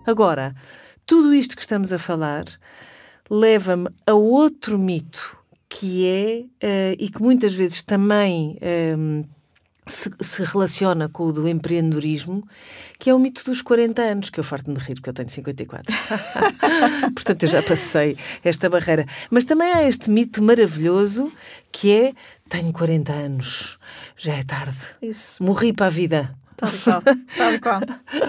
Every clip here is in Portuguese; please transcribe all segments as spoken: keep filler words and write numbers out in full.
Agora, tudo isto que estamos a falar leva-me a outro mito, que é, uh, e que muitas vezes também um, se, se relaciona com o do empreendedorismo, que é o mito dos quarenta anos, que eu farto-me de rir, porque eu tenho cinquenta e quatro. Portanto, eu já passei esta barreira. Mas também há este mito maravilhoso, que é, tenho quarenta anos, já é tarde. Isso. Morri para a vida. Tal e qual, tal e qual.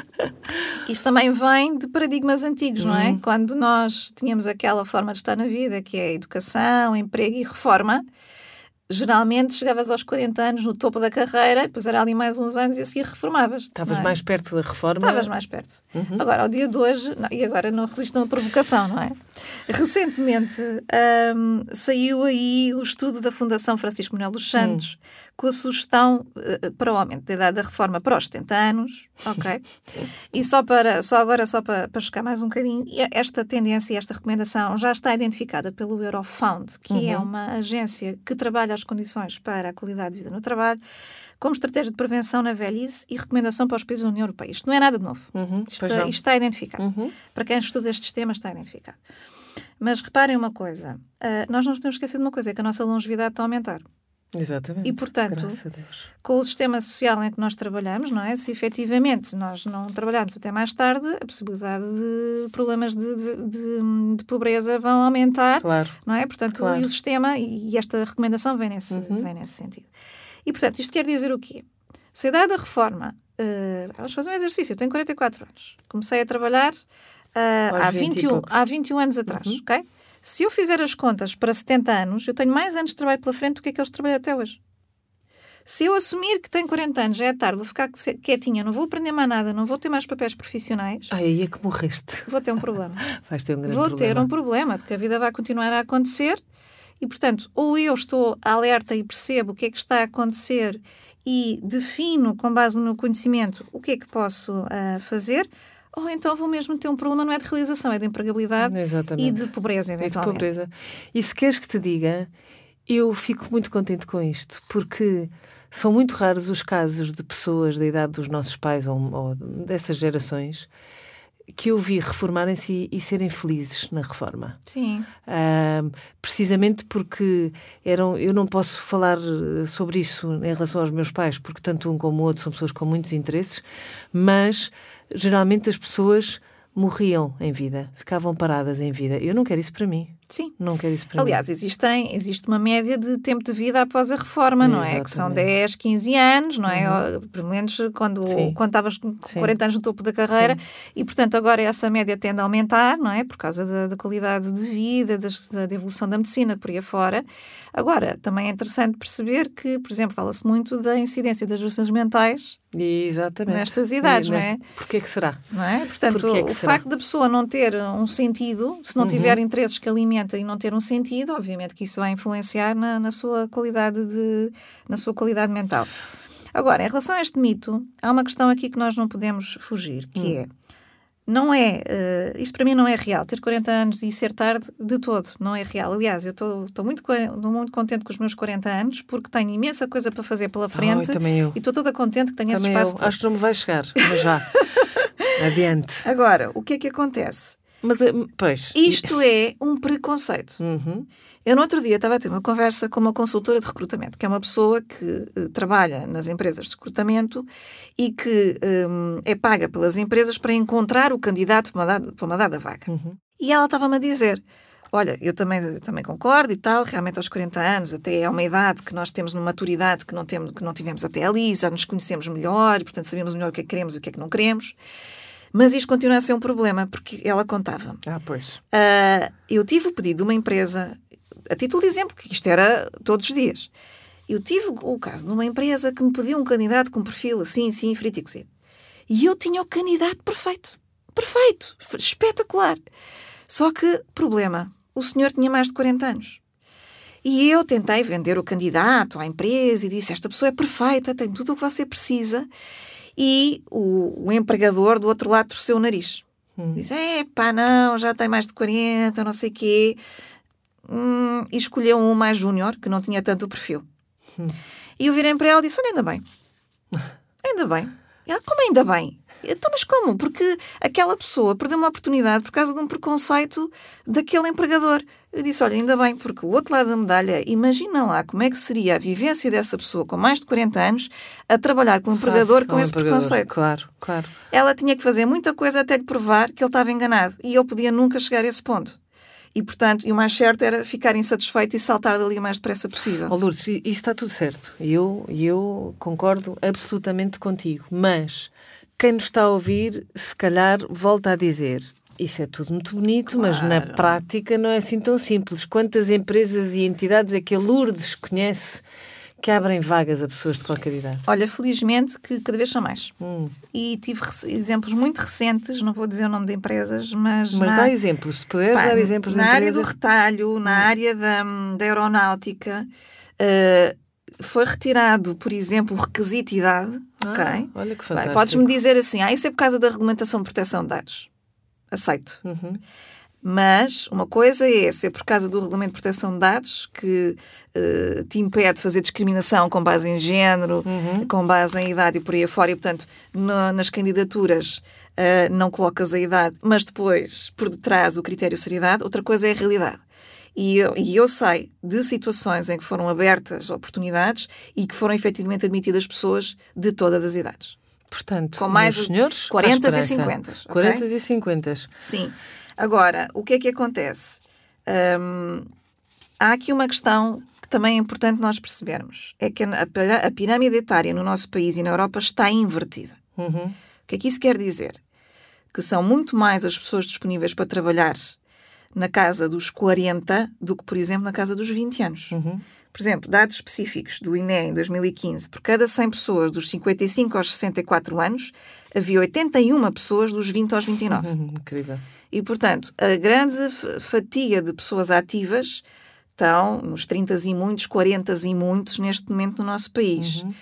Isto também vem de paradigmas antigos, não é? Hum. Quando nós tínhamos aquela forma de estar na vida, que é educação, emprego e reforma, geralmente chegavas aos quarenta anos no topo da carreira, depois era ali mais uns anos e assim reformavas. Estavas é? mais perto da reforma? Estavas mais perto. Uhum. Agora, ao dia de hoje, não, e agora não resistam à provocação, não é? Recentemente um, saiu aí o estudo da Fundação Francisco Manuel dos Santos, hum. com a sugestão uh, para o aumento da idade da reforma para os setenta anos, ok? E só, para, só agora, só para, para chegar mais um bocadinho, esta tendência e esta recomendação já está identificada pelo Eurofound, que uhum. é uma agência que trabalha as condições para a qualidade de vida no trabalho, como estratégia de prevenção na velhice e recomendação para os países da União Europeia. Isto não é nada de novo. Uhum, isto, isto está identificado. Uhum. Para quem estuda estes temas, está identificado. Mas reparem uma coisa, uh, nós não nos podemos esquecer de uma coisa, é que a nossa longevidade está a aumentar. Exatamente. E, portanto, graças a Deus, com o sistema social em que nós trabalhamos, não é? Se efetivamente nós não trabalharmos até mais tarde, a possibilidade de problemas de, de, de, de pobreza vão aumentar, claro. não é? Portanto, claro. E o sistema, e esta recomendação vem nesse, uhum. vem nesse sentido. E, portanto, isto quer dizer o quê? Se a idade da reforma, uh, vamos fazer um exercício, eu tenho quarenta e quatro anos, comecei a trabalhar uh, há, vinte e um, há vinte e um anos atrás, uhum. ok? Se eu fizer as contas para setenta anos, eu tenho mais anos de trabalho pela frente do que aqueles que trabalhei até hoje. Se eu assumir que tenho quarenta anos, já é tarde, vou ficar quietinha, não vou aprender mais nada, não vou ter mais papéis profissionais... Ai, aí é que morreste. Vou ter um problema. Vais ter um grande vou problema. Vou ter um problema, porque a vida vai continuar a acontecer e, portanto, ou eu estou alerta e percebo o que é que está a acontecer e defino, com base no meu conhecimento, o que é que posso uh, fazer... ou então vou mesmo ter um problema, não é de realização, é de empregabilidade Exatamente. E de pobreza, eventualmente. E de pobreza. E se queres que te diga, eu fico muito contente com isto, porque são muito raros os casos de pessoas da idade dos nossos pais ou, ou dessas gerações que eu vi reformarem-se e, e serem felizes na reforma. Sim. Uh, precisamente porque eram, eu não posso falar sobre isso em relação aos meus pais, porque tanto um como o outro são pessoas com muitos interesses, mas geralmente as pessoas morriam em vida, ficavam paradas em vida. Eu não quero isso para mim. Sim. Não quero isso para Aliás, mim. Aliás, existem, existe uma média de tempo de vida após a reforma, não Exatamente. é? Que são dez, quinze anos, não é? Uhum. Ou, pelo menos quando, Sim. quando estavas com Sim. quarenta anos no topo da carreira. Sim. E, portanto, agora essa média tende a aumentar, não é? Por causa da, da qualidade de vida, das, da, da evolução da medicina, por aí afora. Agora, também é interessante perceber que, por exemplo, fala-se muito da incidência das doenças mentais. Exatamente. Nestas idades, e não é? Porquê que será? Não é? Portanto, é que o será? facto da pessoa não ter um sentido, se não uhum. tiver interesses que alimenta e não ter um sentido, obviamente que isso vai influenciar na, na sua qualidade de, na sua qualidade mental. Agora, em relação a este mito, há uma questão aqui que nós não podemos fugir, que hum. é, não é, uh, isto para mim não é real, ter quarenta anos e ser tarde de todo, não é real. Aliás, eu estou muito, muito contente com os meus quarenta anos, porque tenho imensa coisa para fazer pela frente. Oh, também eu. E estou toda contente que tenho também esse espaço eu. todo. Acho que não me vai chegar, mas já. Adiante. Agora, o que é que acontece? Mas, pois... Isto é um preconceito. Uhum. Eu no outro dia estava a ter uma conversa com uma consultora de recrutamento, que é uma pessoa que uh, trabalha nas empresas de recrutamento e que um, é paga pelas empresas para encontrar o candidato para uma dada, para uma dada vaga. Uhum. E ela estava-me a dizer, olha, eu também, eu também concordo e tal, realmente aos quarenta anos até é uma idade que nós temos uma maturidade que não, temos, que não tivemos até ali, já nos conhecemos melhor e, portanto, sabemos melhor o que é que queremos e o que é que não queremos. Mas isto continua a ser um problema, porque ela contava. Ah, pois. Uh, eu tive o pedido de uma empresa, a título de exemplo, que isto era todos os dias. Eu tive o caso de uma empresa que me pediu um candidato com um perfil assim, assim, frito e cozido. E eu tinha o candidato perfeito. Perfeito. Espetacular. Só que, problema, o senhor tinha mais de quarenta anos. E eu tentei vender o candidato à empresa e disse, esta pessoa é perfeita, tem tudo o que você precisa. E o, o empregador do outro lado torceu o nariz. Hum. Diz, é pá, não, já tem mais de quarenta, não sei o quê. Hum, e escolheu um mais júnior, que não tinha tanto o perfil. Hum. E eu virei para ela e disse, olha, ainda bem. Ainda bem. E ela, como ainda bem? Então, mas como? Porque aquela pessoa perdeu uma oportunidade por causa de um preconceito daquele empregador. Eu disse, olha, ainda bem, porque o outro lado da medalha é, imagina lá como é que seria a vivência dessa pessoa com mais de quarenta anos a trabalhar com um empregador Face com ao esse empregador. preconceito. Claro, claro. Ela tinha que fazer muita coisa até lhe provar que ele estava enganado. E ele podia nunca chegar a esse ponto. E, portanto, e o mais certo era ficar insatisfeito e saltar dali o mais depressa possível. Oh, Lourdes, isto está tudo certo. E eu, eu concordo absolutamente contigo. Mas quem nos está a ouvir, se calhar, volta a dizer... Isso é tudo muito bonito, claro. Mas na prática não é assim tão simples. Quantas empresas e entidades é que a Lourdes conhece que abrem vagas a pessoas de qualquer idade? Olha, felizmente que cada vez são mais. Hum. E tive exemplos muito recentes, não vou dizer o nome de empresas, mas... Mas na... dá exemplos, se puder dar exemplos de Na empresas... área do retalho, na hum. área da, da aeronáutica, uh, foi retirado, por exemplo, o requisito de idade. Ah, okay? Olha que fantástico. Podes-me dizer assim, ah, isso é por causa da regulamentação de proteção de dados. Aceito. Uhum. Mas uma coisa é ser por causa do Regulamento de Proteção de Dados que uh, te impede de fazer discriminação com base em género, uhum. com base em idade e por aí afora, e portanto no, nas candidaturas uh, não colocas a idade, mas depois por detrás o critério seriedade. Outra coisa é a realidade. E eu, e eu sei de situações em que foram abertas oportunidades e que foram efetivamente admitidas pessoas de todas as idades. Portanto, com mais senhores, quarenta e cinquenta. quarenta e cinquenta. Sim. Agora, o que é que acontece? Hum, há aqui uma questão que também é importante nós percebermos. É que a, a pirâmide etária no nosso país e na Europa está invertida. Uhum. O que é que isso quer dizer? Que são muito mais as pessoas disponíveis para trabalhar na casa dos quarenta do que, por exemplo, na casa dos vinte anos. Uhum. Por exemplo, dados específicos do I N E em dois mil e quinze, por cada cem pessoas dos cinquenta e cinco aos sessenta e quatro anos, havia oitenta e uma pessoas dos vinte aos vinte e nove. Uhum, incrível. E, portanto, a grande fatia de pessoas ativas estão nos trinta e muitos, quarenta e muitos neste momento no nosso país. Uhum.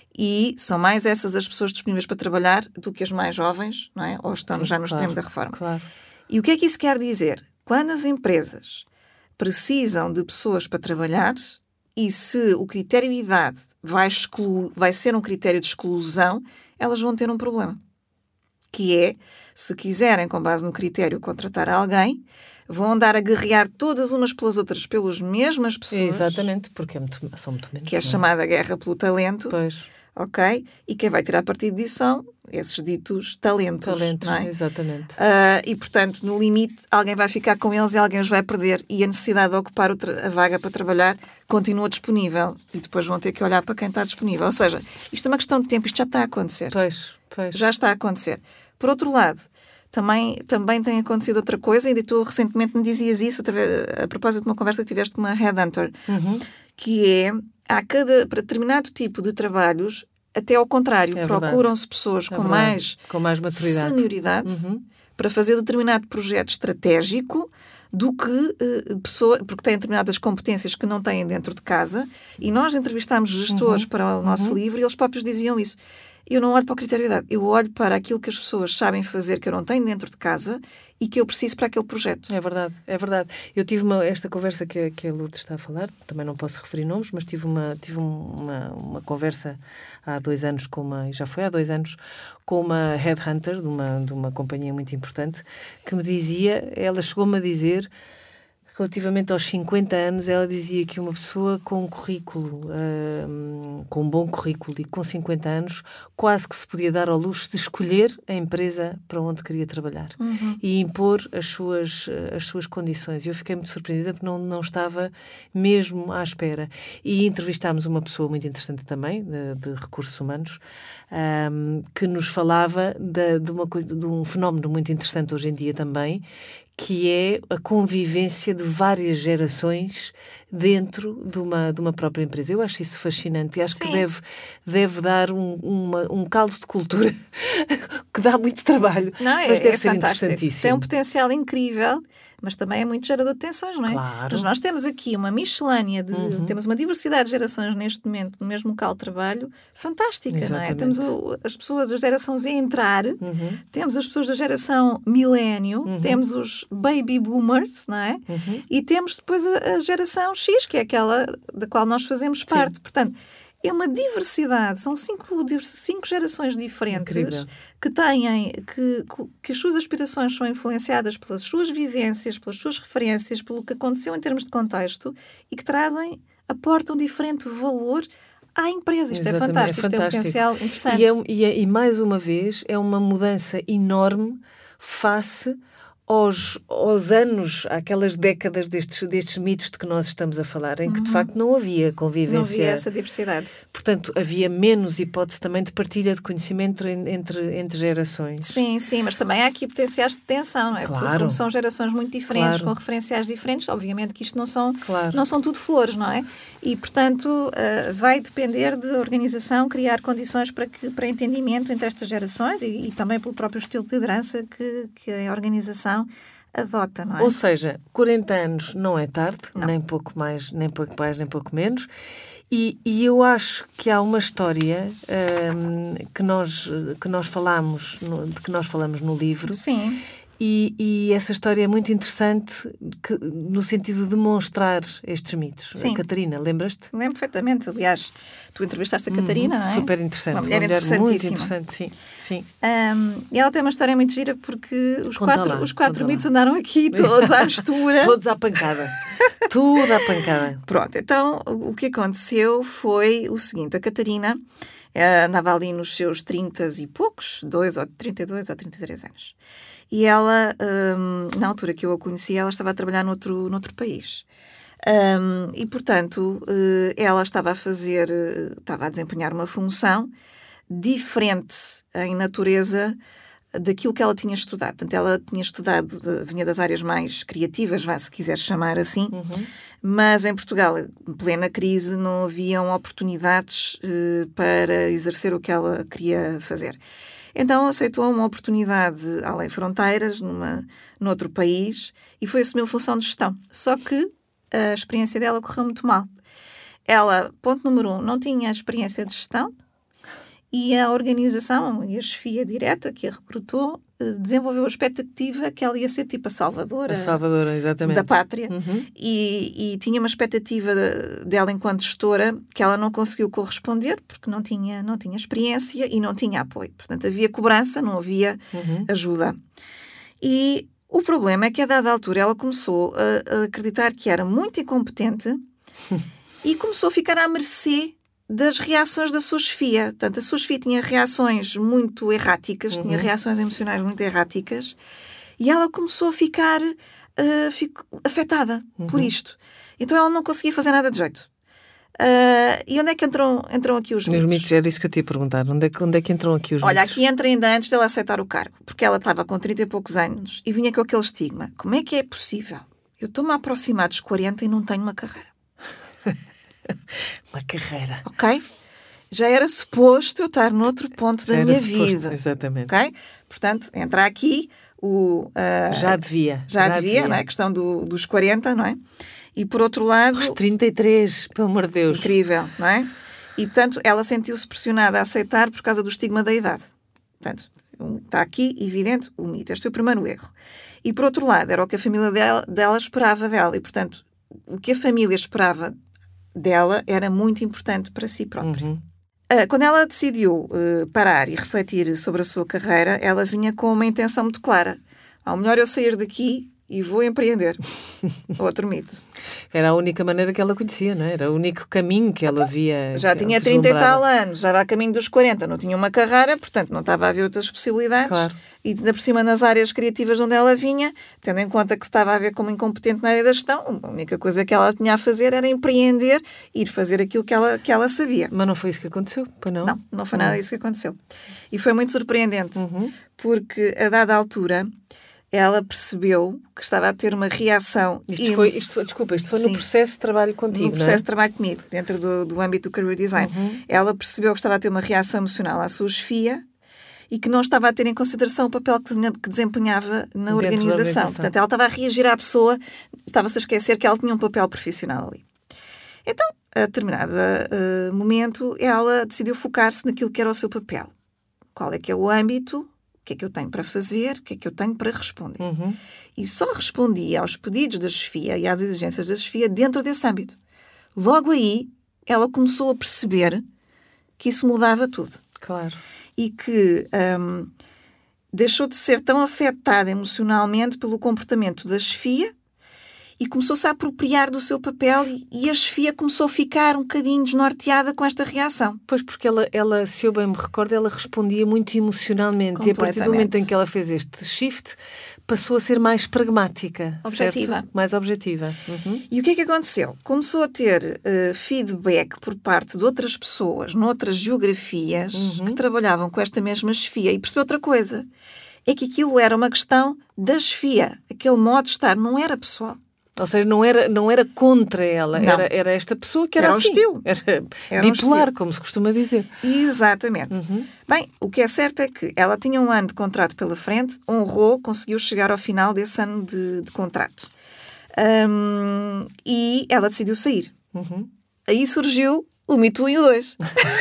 E são mais essas as pessoas disponíveis para trabalhar do que as mais jovens, não é? Ou estamos Sim, já no claro, extremo da reforma. Claro. E o que é que isso quer dizer? Quando as empresas precisam de pessoas para trabalhar e se o critério de idade vai, exclu- vai ser um critério de exclusão, elas vão ter um problema. Que é, se quiserem, com base no critério, contratar alguém, vão andar a guerrear todas umas pelas outras, pelas mesmas pessoas. Exatamente, porque é muito, são muito menos. Que é chamada guerra pelo talento. Pois. Ok? E quem vai tirar partido disso são esses ditos talentos. Talentos, não é? Exatamente. Uh, e, portanto, no limite, alguém vai ficar com eles e alguém os vai perder. E a necessidade de ocupar o tra- a vaga para trabalhar continua disponível. E depois vão ter que olhar para quem está disponível. Ou seja, isto é uma questão de tempo. Isto já está a acontecer. Pois, pois. Já está a acontecer. Por outro lado, também, também tem acontecido outra coisa. E tu recentemente me dizias isso a propósito de uma conversa que tiveste com uma headhunter. Uhum. Que é, há cada, para determinado tipo de trabalhos, até ao contrário, é procuram-se pessoas é com, mais com mais maturidade, senioridade uhum. para fazer determinado projeto estratégico do que uh, pessoa, porque têm determinadas competências que não têm dentro de casa. E nós entrevistámos gestores uhum. para o nosso uhum. livro e eles próprios diziam isso. Eu não olho para o critério de idade, eu olho para aquilo que as pessoas sabem fazer, que eu não tenho dentro de casa e que eu preciso para aquele projeto. É verdade, é verdade. Eu tive uma, esta conversa que, que a Lourdes está a falar, também não posso referir nomes, mas tive uma, tive uma, uma conversa há dois anos, com uma, já foi há dois anos, com uma headhunter de uma, de uma companhia muito importante, que me dizia, ela chegou-me a dizer... Relativamente aos cinquenta anos, ela dizia que uma pessoa com um currículo, uh, com um bom currículo e com cinquenta anos, quase que se podia dar ao luxo de escolher a empresa para onde queria trabalhar uhum. e impor as suas, as suas condições. E eu fiquei muito surpreendida porque não, não estava mesmo à espera. E entrevistámos uma pessoa muito interessante também, de, de recursos humanos, um, que nos falava de, de, uma coisa, de um fenómeno muito interessante hoje em dia também, que é a convivência de várias gerações dentro de uma, de uma própria empresa. Eu acho isso fascinante e acho Sim. que deve, deve dar um, uma, um caldo de cultura que dá muito trabalho, não, mas é, deve é ser fantástico. interessantíssimo. Tem um potencial incrível, mas também é muito gerador de tensões, não é? Claro. Mas nós temos aqui uma miscelânea, de, uhum. temos uma diversidade de gerações neste momento no mesmo local de trabalho fantástica, Exatamente. não é? Temos o, as pessoas da geração Z a entrar, uhum. temos as pessoas da geração milénio, uhum. temos os baby boomers, não é? Uhum. E temos depois a, a geração X, que é aquela da qual nós fazemos parte. Sim. Portanto, é uma diversidade, são cinco, cinco gerações diferentes. Incrível. que têm, que, que as suas aspirações são influenciadas pelas suas vivências, pelas suas referências, pelo que aconteceu em termos de contexto e que trazem, aportam diferente valor à empresa. Isto Exatamente, é fantástico, é fantástico. Isto tem um potencial interessante. E, é, e, é, e mais uma vez é uma mudança enorme face aos, aos anos, àquelas décadas destes, destes mitos de que nós estamos a falar, em que uhum. de facto não havia convivência. Não havia essa diversidade. Portanto, havia menos hipótese também de partilha de conhecimento entre, entre gerações. Sim, sim, mas também há aqui potenciais de tensão, não é? Claro. Porque como são gerações muito diferentes, claro. com referenciais diferentes, obviamente que isto não são, claro. não são tudo flores, não é? E, portanto, uh, vai depender da organização criar condições para, que, para entendimento entre estas gerações e, e também pelo próprio estilo de liderança que, que a organização adota, não é? Ou seja, quarenta anos não é tarde, não. nem pouco mais, nem pouco mais, nem pouco menos. E, e eu acho que há uma história um, que nós que nós falamos, no, de que nós falamos no livro. Sim. E, e essa história é muito interessante que, no sentido de demonstrar estes mitos. Sim. A Catarina, lembras-te? Lembro perfeitamente. Aliás, tu entrevistaste a Catarina, uhum, não é? Super interessante. Uma mulher, uma mulher interessantíssima. muito interessante, sim. sim. Um, e ela tem uma história muito gira porque os Conta quatro, lá, os quatro mitos lá. andaram aqui todos à mistura. Todos à pancada. Tudo à pancada. Pronto, então o que aconteceu foi o seguinte. A Catarina uh, andava ali nos seus trinta e poucos, dois, ou trinta e dois ou trinta e três anos. E ela, um, na altura que eu a conhecia, ela estava a trabalhar noutro, noutro país. Um, e, portanto, uh, ela estava a fazer, uh, estava a desempenhar uma função diferente em natureza daquilo que ela tinha estudado. Portanto, ela tinha estudado, vinha das áreas mais criativas, se quiseres chamar assim, uhum. mas em Portugal, em plena crise, não haviam oportunidades uh, para exercer o que ela queria fazer. Então aceitou uma oportunidade além fronteiras, numa, noutro país, e foi assumir a função de gestão. Só que a experiência dela correu muito mal. Ela, ponto número um, não tinha experiência de gestão e a organização e a chefia direta que a recrutou desenvolveu a expectativa que ela ia ser tipo a salvadora, a salvadora exatamente. da pátria uhum. e, e tinha uma expectativa dela enquanto gestora que ela não conseguiu corresponder porque não tinha, não tinha experiência e não tinha apoio. Portanto, havia cobrança, não havia uhum. ajuda. E o problema é que a dada altura ela começou a, a acreditar que era muito incompetente e começou a ficar à mercê das reações da sua chefia. Portanto, a sua chefia tinha reações muito erráticas, uhum. tinha reações emocionais muito erráticas, e ela começou a ficar uh, fico, afetada uhum. por isto. Então ela não conseguia fazer nada de jeito. Uh, e onde é que entram, entram aqui os mitos? Os mitos, era isso que eu te ia perguntar. Onde é, onde é que entram aqui os Olha, mitos? aqui entra ainda antes dela aceitar o cargo, porque ela estava com trinta e poucos anos e vinha com aquele estigma. Como é que é possível? Eu estou-me a aproximar dos quarenta e não tenho uma carreira. Uma carreira. Ok? Já era suposto eu estar noutro ponto da Já minha suposto, vida. Exatamente. Ok? Portanto, entra aqui o... Uh, já devia. Já, já devia, devia, não é? A questão do, dos quarenta, não é? E por outro lado... Os trinta e três, pelo amor de Deus. Incrível, não é? E, portanto, ela sentiu-se pressionada a aceitar por causa do estigma da idade. Portanto, está aqui evidente o mito. Este foi o primeiro erro. E, por outro lado, era o que a família dela, dela esperava dela. E, portanto, o que a família esperava dela era muito importante para si própria. Uhum. Uh, quando ela decidiu uh, parar e refletir sobre a sua carreira, ela vinha com uma intenção muito clara. Ao melhor eu sair daqui e vou empreender. Outro mito. Era a única maneira que ela conhecia, não é? Era o único caminho que ela via. Já tinha trinta e tal anos, já era a caminho dos quarenta, não tinha uma carreira, portanto não estava a haver outras possibilidades. Claro. E ainda por cima nas áreas criativas onde ela vinha, tendo em conta que se estava a ver como incompetente na área da gestão, a única coisa que ela tinha a fazer era empreender, ir fazer aquilo que ela, que ela sabia. Mas não foi isso que aconteceu, pois não? Não, não foi nada uhum. disso que aconteceu. E foi muito surpreendente, uhum. porque a dada altura ela percebeu que estava a ter uma reação... Isto e... foi, isto foi, desculpa, isto foi Sim. no processo de trabalho contigo, No processo não é? de trabalho comigo, dentro do, do âmbito do Career Design. Uhum. Ela percebeu que estava a ter uma reação emocional à sua chefia e que não estava a ter em consideração o papel que, que desempenhava na organização. organização. Portanto, ela estava a reagir à pessoa, estava-se a esquecer que ela tinha um papel profissional ali. Então, a determinado uh, momento, ela decidiu focar-se naquilo que era o seu papel. Qual é que é o âmbito... O que é que eu tenho para fazer, o que é que eu tenho para responder. Uhum. E só respondia aos pedidos da chefia e às exigências da chefia dentro desse âmbito. Logo aí, ela começou a perceber que isso mudava tudo. Claro. E que hum, deixou de ser tão afetada emocionalmente pelo comportamento da chefia e começou-se a apropriar do seu papel e, e a chefia começou a ficar um bocadinho desnorteada com esta reação. Pois, porque ela, ela, se eu bem me recordo, ela respondia muito emocionalmente. E a partir do momento em que ela fez este shift, passou a ser mais pragmática. Objetiva. Certo? Mais objetiva. Uhum. E o que é que aconteceu? Começou a ter uh, feedback por parte de outras pessoas, noutras geografias, uhum. que trabalhavam com esta mesma chefia e percebeu outra coisa. É que aquilo era uma questão da chefia. Aquele modo de estar não era pessoal. Ou seja, não era, não era contra ela, era, era esta pessoa que era, era um assim. Estilo. Era, era bipolar, um estilo. como se costuma dizer. Exatamente. Uhum. Bem, o que é certo é que ela tinha um ano de contrato pela frente, honrou, conseguiu chegar ao final desse ano de, de contrato. Um, e ela decidiu sair. Uhum. Aí surgiu o Me Too e o dois.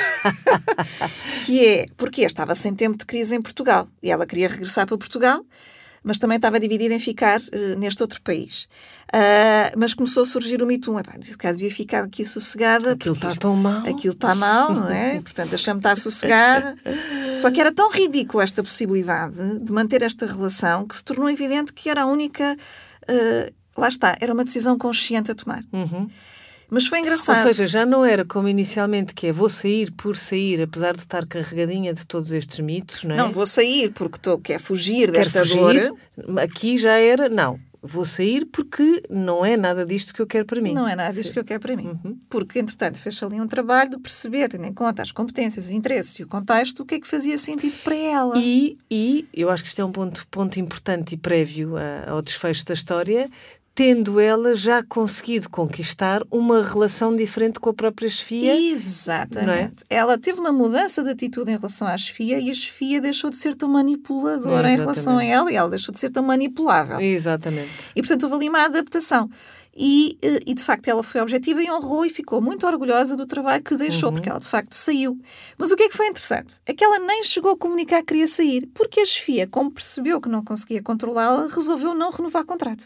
Que é, porque estava sem tempo de crise em Portugal. E ela queria regressar para Portugal, mas também estava dividida em ficar uh, neste outro país. Uh, mas começou a surgir o Me Too. Epá, devia ficar aqui sossegada. Aquilo está tão mal. Aquilo está mal, não é? Portanto, deixa-me estar sossegada. Só que era tão ridículo esta possibilidade de manter esta relação que se tornou evidente que era a única... Uh, lá está, era uma decisão consciente a tomar. Uhum. Mas foi engraçado. Ou seja, já não era como inicialmente, que é vou sair por sair, apesar de estar carregadinha de todos estes mitos, não é? Não, vou sair porque tô, quer fugir Quer desta fugir. dor. Aqui já era, não, vou sair porque não é nada disto que eu quero para mim. Não é nada disto Sim. que eu quero para mim. Uhum. Porque, entretanto, fez ali um trabalho de perceber, tendo em conta as competências, os interesses e o contexto, o que é que fazia sentido para ela. E, e eu acho que isto é um ponto, ponto importante e prévio a, ao desfecho da história, tendo ela já conseguido conquistar uma relação diferente com a própria chefia. Exatamente. É? Ela teve uma mudança de atitude em relação à chefia e a chefia deixou de ser tão manipuladora é, em relação a ela e ela deixou de ser tão manipulável. Exatamente. E, portanto, houve ali uma adaptação. E, e, de facto, ela foi objetiva e honrou e ficou muito orgulhosa do trabalho que deixou, uhum. porque ela, de facto, saiu. Mas o que é que foi interessante? É que ela nem chegou a comunicar que queria sair, porque a chefia, como percebeu que não conseguia controlá-la, resolveu não renovar o contrato.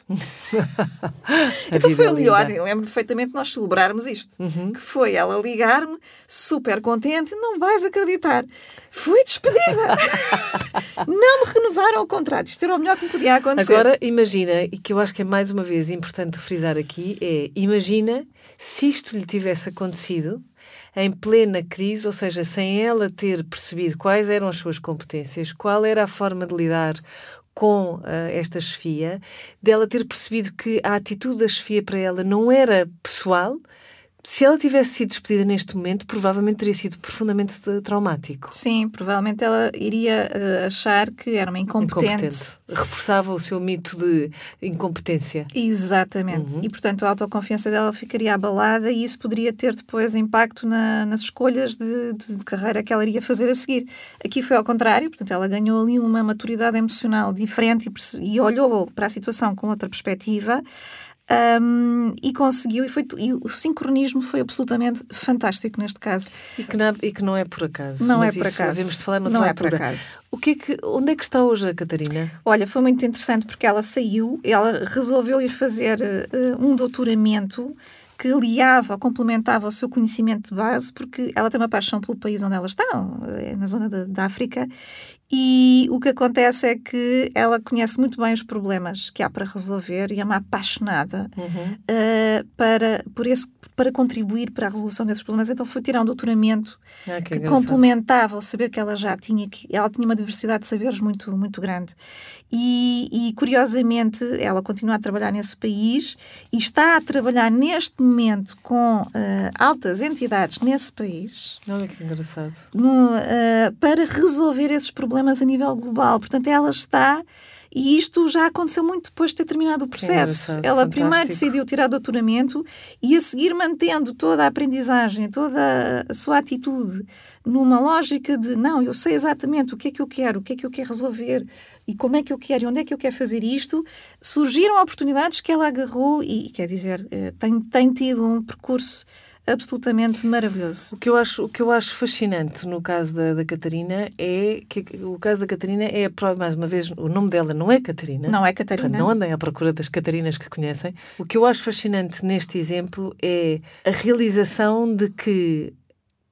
Então foi o melhor. Eu lembro perfeitamente de nós celebrarmos isto. Uhum. Que foi ela ligar-me, super contente, não vais acreditar. Fui despedida. Não me renovaram o contrato. Isto era o melhor que me podia acontecer. Agora, imagina, e que eu acho que é mais uma vez importante frisar aqui, é, imagina se isto lhe tivesse acontecido em plena crise, ou seja, sem ela ter percebido quais eram as suas competências, qual era a forma de lidar com uh, esta chefia, dela ter percebido que a atitude da chefia para ela não era pessoal. Se ela tivesse sido despedida neste momento, provavelmente teria sido profundamente traumático. Sim, provavelmente ela iria uh, achar que era uma incompetente. incompetente. Reforçava o seu mito de incompetência. Exatamente. Uhum. E, portanto, a autoconfiança dela ficaria abalada e isso poderia ter depois impacto na, nas escolhas de, de, de carreira que ela iria fazer a seguir. Aqui foi ao contrário, portanto, ela ganhou ali uma maturidade emocional diferente e, e olhou para a situação com outra perspectiva. Um, e conseguiu, e, foi, e o sincronismo foi absolutamente fantástico neste caso. E que, na, e que não é por acaso. Não mas é por isso acaso. Devemos falar noutra não altura. É por acaso. O que é que, onde é que está hoje a Catarina? Olha, foi muito interessante porque ela saiu, ela resolveu ir fazer uh, um doutoramento que aliava ou complementava o seu conhecimento de base, porque ela tem uma paixão pelo país onde ela está, na zona da, da África, e o que acontece é que ela conhece muito bem os problemas que há para resolver e é uma apaixonada uhum. uh, para, por esse, para contribuir para a resolução desses problemas. Então foi tirar um doutoramento ah, que, que complementava o saber que ela já tinha, que ela tinha uma diversidade de saberes muito, muito grande. E, e, curiosamente, ela continua a trabalhar nesse país e está a trabalhar neste momento com uh, altas entidades nesse país. Olha que engraçado. No, uh, para resolver esses problemas a nível global. Portanto, ela está... E isto já aconteceu muito depois de ter terminado o processo. É, ela fantástico. Primeiro decidiu tirar doutoramento e a seguir mantendo toda a aprendizagem, toda a sua atitude numa lógica de não, eu sei exatamente o que é que eu quero, o que é que eu quero resolver e como é que eu quero e onde é que eu quero fazer isto. Surgiram oportunidades que ela agarrou e, quer dizer, tem, tem tido um percurso absolutamente maravilhoso. O que eu acho, o que eu acho fascinante no caso da, da Catarina é que o caso da Catarina é, mais uma vez, o nome dela não é Catarina. Não é Catarina. Portanto, não andem à procura das Catarinas que conhecem. O que eu acho fascinante neste exemplo é a realização de que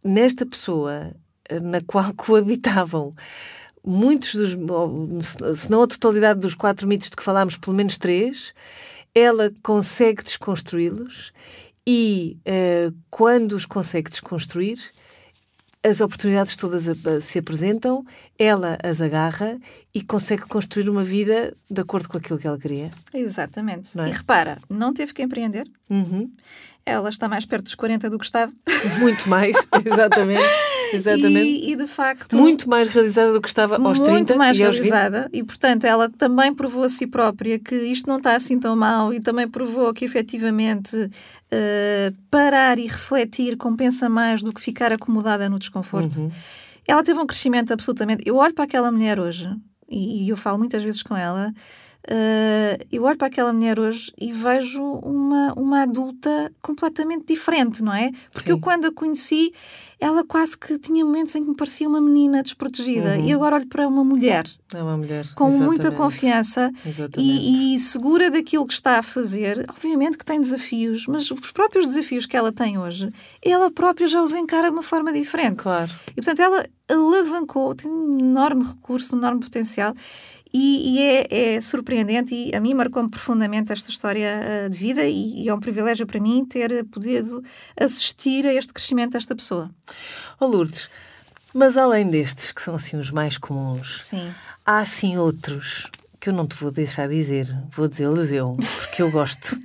nesta pessoa na qual coabitavam muitos dos, se não a totalidade dos quatro mitos de que falámos, pelo menos três, ela consegue desconstruí-los e uh, quando os consegue desconstruir, as oportunidades todas a, a, se apresentam, ela as agarra e consegue construir uma vida de acordo com aquilo que ela queria. Exatamente. É? E repara, não teve que empreender. Uhum. Ela está mais perto dos quarenta do que estava. Muito mais, exatamente. Exatamente. E, e, de facto... Muito mais realizada do que estava aos trinta Muito mais e aos realizada. vinte. E, portanto, ela também provou a si própria que isto não está assim tão mal e também provou que, efetivamente, uh, parar e refletir compensa mais do que ficar acomodada no desconforto. Uhum. Ela teve um crescimento absolutamente... Eu olho para aquela mulher hoje, e, e eu falo muitas vezes com ela... Uh, eu olho para aquela mulher hoje e vejo uma, uma adulta completamente diferente, não é? Porque Sim. eu quando a conheci, ela quase que tinha momentos em que me parecia uma menina desprotegida. Uhum. E agora olho para uma mulher. É uma mulher. Com Exatamente. muita confiança e, e segura daquilo que está a fazer. Obviamente que tem desafios, mas os próprios desafios que ela tem hoje, ela própria já os encara de uma forma diferente. Claro. E portanto ela alavancou, tem um enorme recurso, um enorme potencial. E, e é, é surpreendente e a mim marcou-me profundamente esta história uh, de vida e, e é um privilégio para mim ter podido assistir a este crescimento desta pessoa. Oh Lourdes, mas além destes, que são assim os mais comuns, Sim. há assim outros que eu não te vou deixar dizer, vou dizê-los eu, porque eu gosto.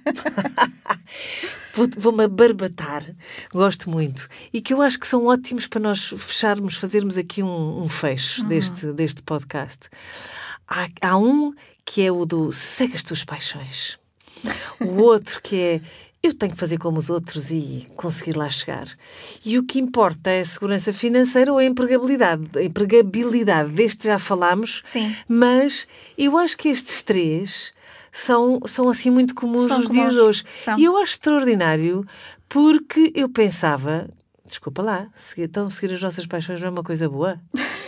Vou-me abarbatar, gosto muito. E que eu acho que são ótimos para nós fecharmos, fazermos aqui um, um fecho uhum. deste, deste podcast. Há, há um que é o do segue as tuas paixões. O outro que é eu tenho que fazer como os outros e conseguir lá chegar. E o que importa é a segurança financeira ou a empregabilidade. A empregabilidade, deste já falámos. Sim. Mas eu acho que estes três são, são assim muito comuns são nos comuns. dias de hoje. São. E eu acho extraordinário porque eu pensava, desculpa lá, então seguir as nossas paixões não é uma coisa boa?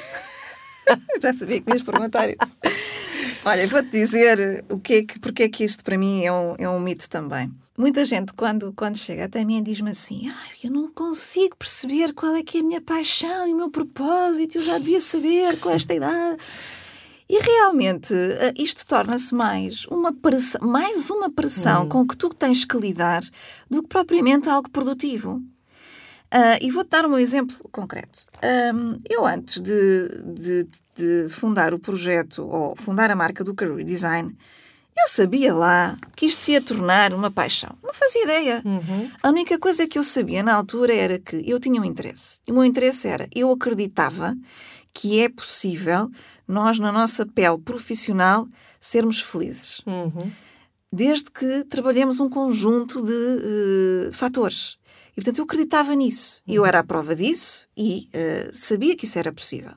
Já sabia que me ias perguntar isso. Olha, vou-te dizer o que é que, porque é que isto para mim é um, é um mito também. Muita gente, quando, quando chega até mim, diz-me assim: ah, eu não consigo perceber qual é que é a minha paixão e o meu propósito, eu já devia saber com esta idade. E realmente isto torna-se mais uma pressão, mais uma pressão hum. com que tu tens que lidar do que propriamente algo produtivo. Uh, e vou-te dar um exemplo concreto. Um, eu, antes de, de, de fundar o projeto, ou fundar a marca do Career Design, eu sabia lá que isto se ia tornar uma paixão. Não fazia ideia. Uhum. A única coisa que eu sabia na altura era que eu tinha um interesse. E o meu interesse era, eu acreditava que é possível nós, na nossa pele profissional, sermos felizes. Uhum. Desde que trabalhemos um conjunto de uh, fatores. E, portanto, eu acreditava nisso. Uhum. Eu era a prova disso e uh, sabia que isso era possível.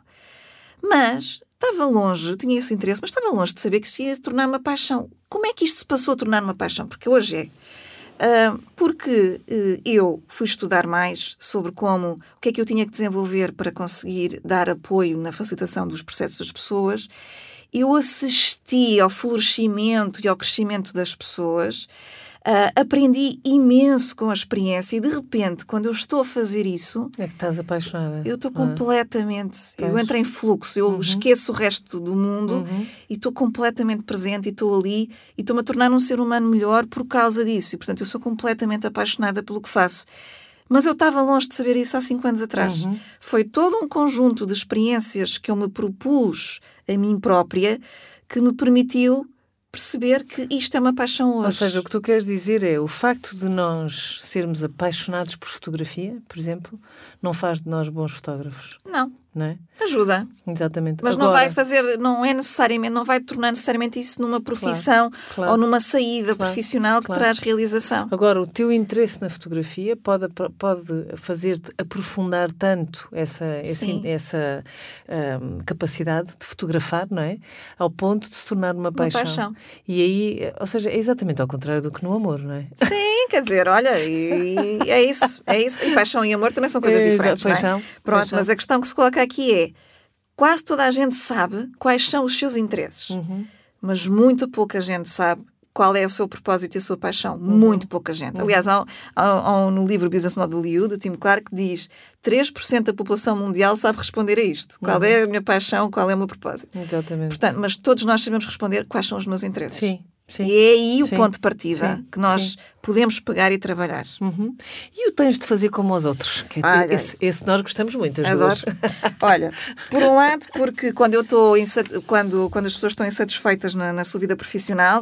Mas estava longe, tinha esse interesse, mas estava longe de saber que isso ia se tornar uma paixão. Como é que isto se passou a tornar uma paixão? Porque hoje é. Uh, porque uh, eu fui estudar mais sobre como, o que é que eu tinha que desenvolver para conseguir dar apoio na facilitação dos processos das pessoas. Eu assisti ao florescimento e ao crescimento das pessoas. Uh, aprendi imenso com a experiência e, de repente, quando eu estou a fazer isso... É que estás apaixonada. Eu estou ah. completamente... Pois. Eu entro em fluxo, eu uhum. esqueço o resto do mundo uhum. e estou completamente presente e estou ali e estou-me a tornar um ser humano melhor por causa disso. E, portanto, eu sou completamente apaixonada pelo que faço. Mas eu estava longe de saber isso há cinco anos atrás. Uhum. Foi todo um conjunto de experiências que eu me propus a mim própria que me permitiu perceber que isto é uma paixão hoje. Ou seja, o que tu queres dizer é o facto de nós sermos apaixonados por fotografia, por exemplo, não faz de nós bons fotógrafos. Não. Não é? Ajuda. Exatamente. Mas Agora, não vai fazer, não é necessariamente, não vai tornar necessariamente isso numa profissão claro, claro, ou numa saída claro, profissional que claro. traz realização. Agora, o teu interesse na fotografia pode, pode fazer-te aprofundar tanto essa, essa, essa um, capacidade de fotografar, não é? Ao ponto de se tornar uma, uma paixão. paixão. E aí, ou seja, é exatamente ao contrário do que no amor, não é? Sim, quer dizer, olha, e, e é isso, é isso. E paixão e amor também são coisas é, diferentes, paixão, não é? Pronto, paixão. Mas a questão que se coloca aqui é, quase toda a gente sabe quais são os seus interesses, uhum. mas muito pouca gente sabe qual é o seu propósito e a sua paixão. Uhum. Muito pouca gente. Uhum. Aliás, há, há, há no livro Business Model You, do Tim Clark, que diz três por cento da população mundial sabe responder a isto. Qual uhum. é a minha paixão, qual é o meu propósito. Exatamente. Portanto, mas todos nós sabemos responder quais são os meus interesses. Sim. Sim. E é aí o sim, ponto de partida sim, que nós sim. podemos pegar e trabalhar. Uhum. E o tens de fazer como os outros. Que é, Olha, esse, esse nós gostamos muito, as adoro. duas. Olha, por um lado, porque quando, eu estou insat... quando, quando as pessoas estão insatisfeitas na, na sua vida profissional,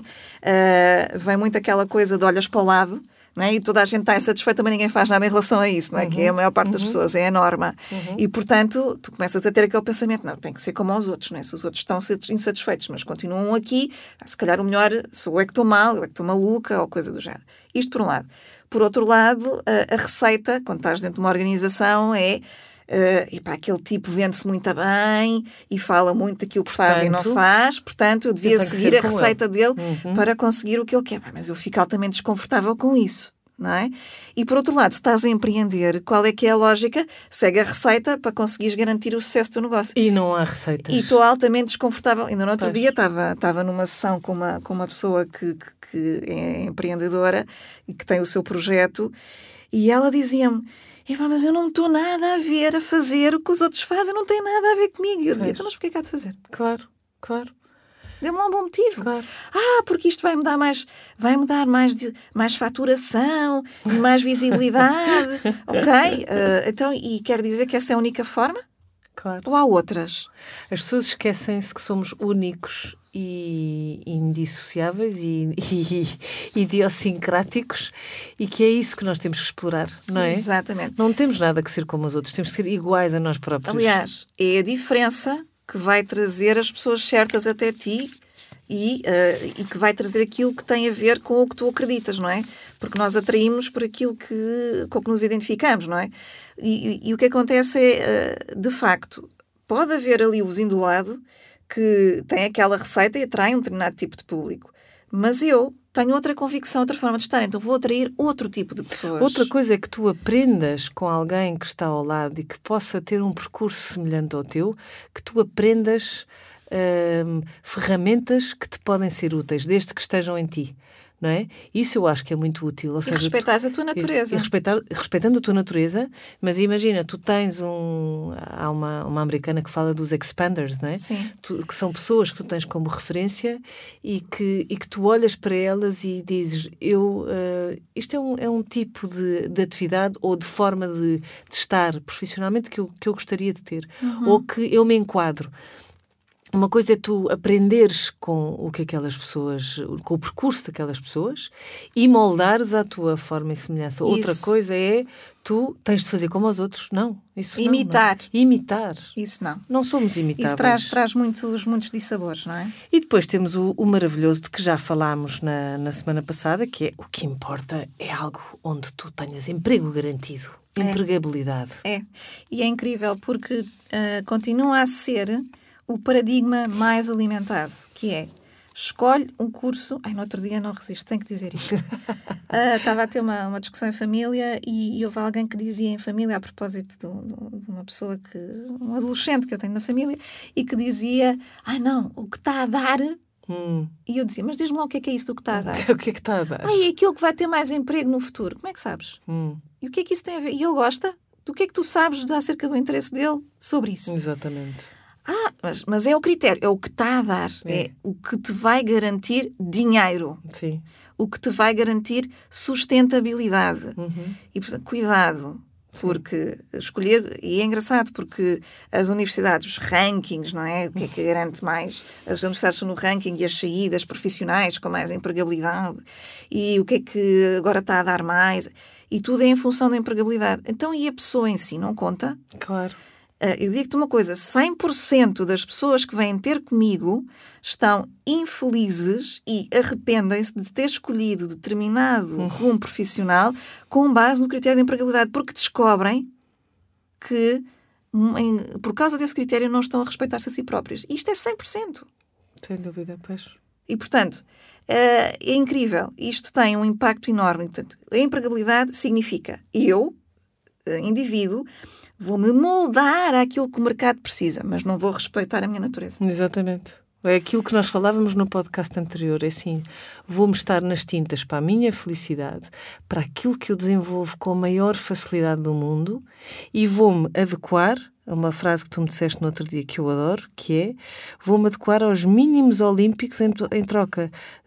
uh, vem muito aquela coisa de olhas para o lado, não é? E toda a gente está insatisfeita, mas ninguém faz nada em relação a isso, não é? Uhum. Que é a maior parte uhum. das pessoas, é a norma. Uhum. E, portanto, tu começas a ter aquele pensamento, não, tem que ser como aos outros, não é? Se os outros estão insatisfeitos, mas continuam aqui, se calhar o melhor, sou eu é que estou mal, eu é que estou maluca, ou coisa do género. Isto por um lado. Por outro lado, a, a receita, quando estás dentro de uma organização, é... Uh, e pá, aquele tipo vende-se muito bem e fala muito daquilo que faz portanto, e não faz, portanto eu devia eu seguir a receita ele. dele uhum. para conseguir o que ele quer. Pá, mas eu fico altamente desconfortável com isso, não é? E por outro lado, se estás a empreender, qual é que é a lógica? Segue a receita para conseguires garantir o sucesso do negócio. E não há receitas. E estou altamente desconfortável. Ainda no outro pois. dia estava, estava numa sessão com uma, com uma pessoa que, que, que é empreendedora e que tem o seu projeto e ela dizia-me: Epá, mas eu não estou nada a ver a fazer o que os outros fazem, não tem nada a ver comigo. E eu dizia, então, mas porquê que há de fazer? Claro, claro. Dê-me lá um bom motivo. Claro. Ah, porque isto vai-me dar mais, vai-me dar mais, mais faturação, mais visibilidade. Ok, uh, então, e quer dizer que essa é a única forma? Claro. Ou há outras? As pessoas esquecem-se que somos únicos e indissociáveis e, e, e idiosincráticos e que é isso que nós temos que explorar, não é? Exatamente. Não temos nada que ser como os outros, temos que ser iguais a nós próprios. Aliás, é a diferença que vai trazer as pessoas certas até ti e, uh, e que vai trazer aquilo que tem a ver com o que tu acreditas, não é? Porque nós atraímos por aquilo que, com que nos identificamos, não é? E, e, e o que acontece é, uh, de facto, pode haver ali o vizinho do lado que tem aquela receita e atrai um determinado tipo de público. Mas eu tenho outra convicção, outra forma de estar, então vou atrair outro tipo de pessoas. Outra coisa é que tu aprendas com alguém que está ao lado e que possa ter um percurso semelhante ao teu, que tu aprendas hum, ferramentas que te podem ser úteis, desde que estejam em ti. Não é? Isso eu acho que é muito útil. Ou seja, e respeitares tu, a tua natureza. E respeitar, respeitando a tua natureza, mas imagina, tu tens um... Há uma, uma americana que fala dos expanders, não é? Sim. Tu, que são pessoas que tu tens como referência e que, e que tu olhas para elas e dizes, eu, uh, isto é um, é um tipo de, de atividade ou de forma de, de estar profissionalmente que eu, que eu gostaria de ter. Uhum. Ou que eu me enquadro. Uma coisa é tu aprenderes com o que aquelas pessoas, com o percurso daquelas pessoas e moldares a tua forma e semelhança. Isso. Outra coisa é tu tens de fazer como os outros. Não, isso imitar. não. Não. Imitar. Isso não. Não somos imitáveis. Isso traz, traz muitos, muitos dissabores, não é? E depois temos o, o maravilhoso de que já falámos na, na semana passada, que é o que importa é algo onde tu tenhas emprego garantido. Empregabilidade. É. é. E é incrível porque uh, continua a ser o paradigma mais alimentado, que é, escolhe um curso... Ai, no outro dia não resisto, tenho que dizer isto. uh, estava a ter uma, uma discussão em família e, e houve alguém que dizia em família, a propósito de, de, de uma pessoa que... um adolescente que eu tenho na família, e que dizia, ai não, o que está a dar... Hum. E eu dizia, mas diz-me lá o que é que é isso do que está a dar. O que é que está a dar? Ai, é aquilo que vai ter mais emprego no futuro. Como é que sabes? Hum. E o que é que isso tem a ver? E ele gosta? Do que é que tu sabes acerca do interesse dele sobre isso? Exatamente. Ah, mas, mas é o critério, é o que está a dar, é. é o que te vai garantir dinheiro, Sim. o que te vai garantir sustentabilidade. Uhum. E, portanto, cuidado, porque Sim. escolher, e é engraçado, porque as universidades, os rankings, não é? O que é que garante mais? As universidades estão no ranking e as saídas profissionais com mais empregabilidade, e o que é que agora está a dar mais? E tudo é em função da empregabilidade. Então, e a pessoa em si não conta? Claro. Eu digo-te uma coisa, cem por cento das pessoas que vêm ter comigo estão infelizes e arrependem-se de ter escolhido determinado uhum. rumo profissional com base no critério de empregabilidade, porque descobrem que, em, por causa desse critério, não estão a respeitar-se a si próprios. Isto é cem por cento. Sem dúvida, pois. E, portanto, é incrível. Isto tem um impacto enorme. Portanto, a empregabilidade significa eu, indivíduo, vou-me moldar àquilo que o mercado precisa, mas não vou respeitar a minha natureza. Exatamente, É aquilo que nós falávamos no podcast anterior. É assim, vou-me estar nas tintas para a minha felicidade, para aquilo que eu desenvolvo com a maior facilidade do mundo e vou-me adequar a uma frase que tu me disseste no outro dia que eu adoro, que é vou-me adequar aos mínimos olímpicos em, em, troca,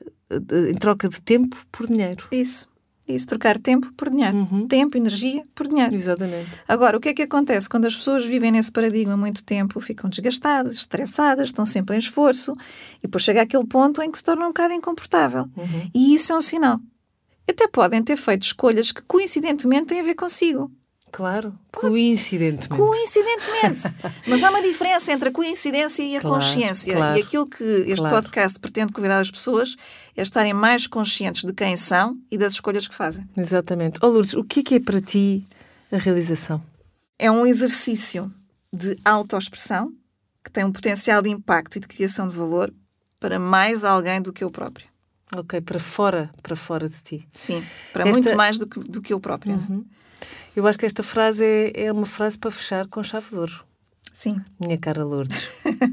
em troca de tempo por dinheiro. Isso. Isso, trocar tempo por dinheiro. Uhum. Tempo, energia por dinheiro. Exatamente. Agora, o que é que acontece? Quando as pessoas vivem nesse paradigma há muito tempo, ficam desgastadas, estressadas, estão sempre em esforço e depois chega àquele ponto em que se torna um bocado incomportável. Uhum. E isso é um sinal. Até podem ter feito escolhas que coincidentemente têm a ver consigo. Claro, coincidentemente. Coincidentemente. Mas há uma diferença entre a coincidência e a claro, consciência. Claro, e aquilo que este claro. podcast pretende convidar as pessoas é estarem mais conscientes de quem são e das escolhas que fazem. Exatamente. Oh, Lourdes, o que é que é para ti a realização? É um exercício de autoexpressão que tem um potencial de impacto e de criação de valor para mais alguém do que eu própria. Ok, para fora, para fora de ti. Sim, para Esta... muito mais do que, do que eu própria. Uhum. Eu acho que esta frase é, é uma frase para fechar com chave de ouro. Sim. Minha cara Lourdes.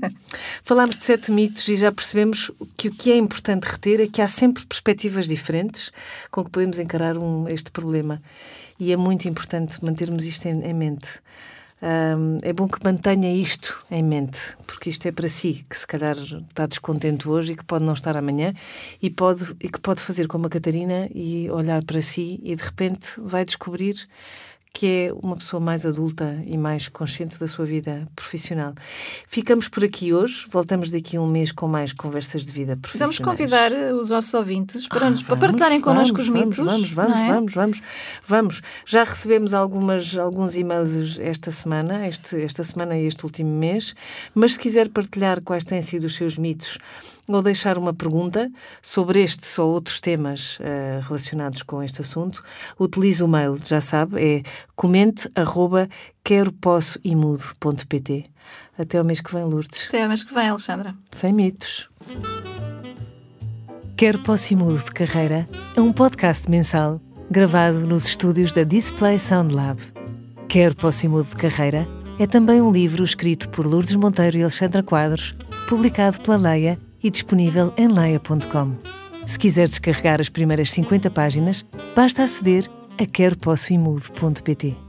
Falámos de sete mitos e já percebemos que o que é importante reter é que há sempre perspectivas diferentes com que podemos encarar um, este problema. E é muito importante mantermos isto em, em mente. Um, é bom que mantenha isto em mente, porque isto é para si, que se calhar está descontente hoje e que pode não estar amanhã e, pode, e que pode fazer como a Catarina e olhar para si e de repente vai descobrir que é uma pessoa mais adulta e mais consciente da sua vida profissional. Ficamos por aqui hoje, voltamos daqui a um mês com mais conversas de vida profissionais. Vamos convidar os nossos ouvintes para, ah, nos, para vamos, partilharem connosco vamos, os mitos. Vamos, vamos, é? vamos, vamos, vamos. Já recebemos algumas, alguns e-mails esta semana, este, esta semana e este último mês, mas se quiser partilhar quais têm sido os seus mitos ou deixar uma pergunta sobre este ou outros temas uh, relacionados com este assunto, utilize o mail, já sabe, é comente arroba quero posso e mudo ponto pt. Até ao mês que vem, Lourdes. Até ao mês que vem, Alexandra. Sem mitos. Quero Posso e Mudo de Carreira é um podcast mensal gravado nos estúdios da Display Sound Lab. Quero Posso e Mudo de Carreira é também um livro escrito por Lourdes Monteiro e Alexandra Quadros, publicado pela Leia e disponível em leia ponto com. Se quiser descarregar as primeiras cinquenta páginas, basta aceder a quero posso e mudo ponto pt.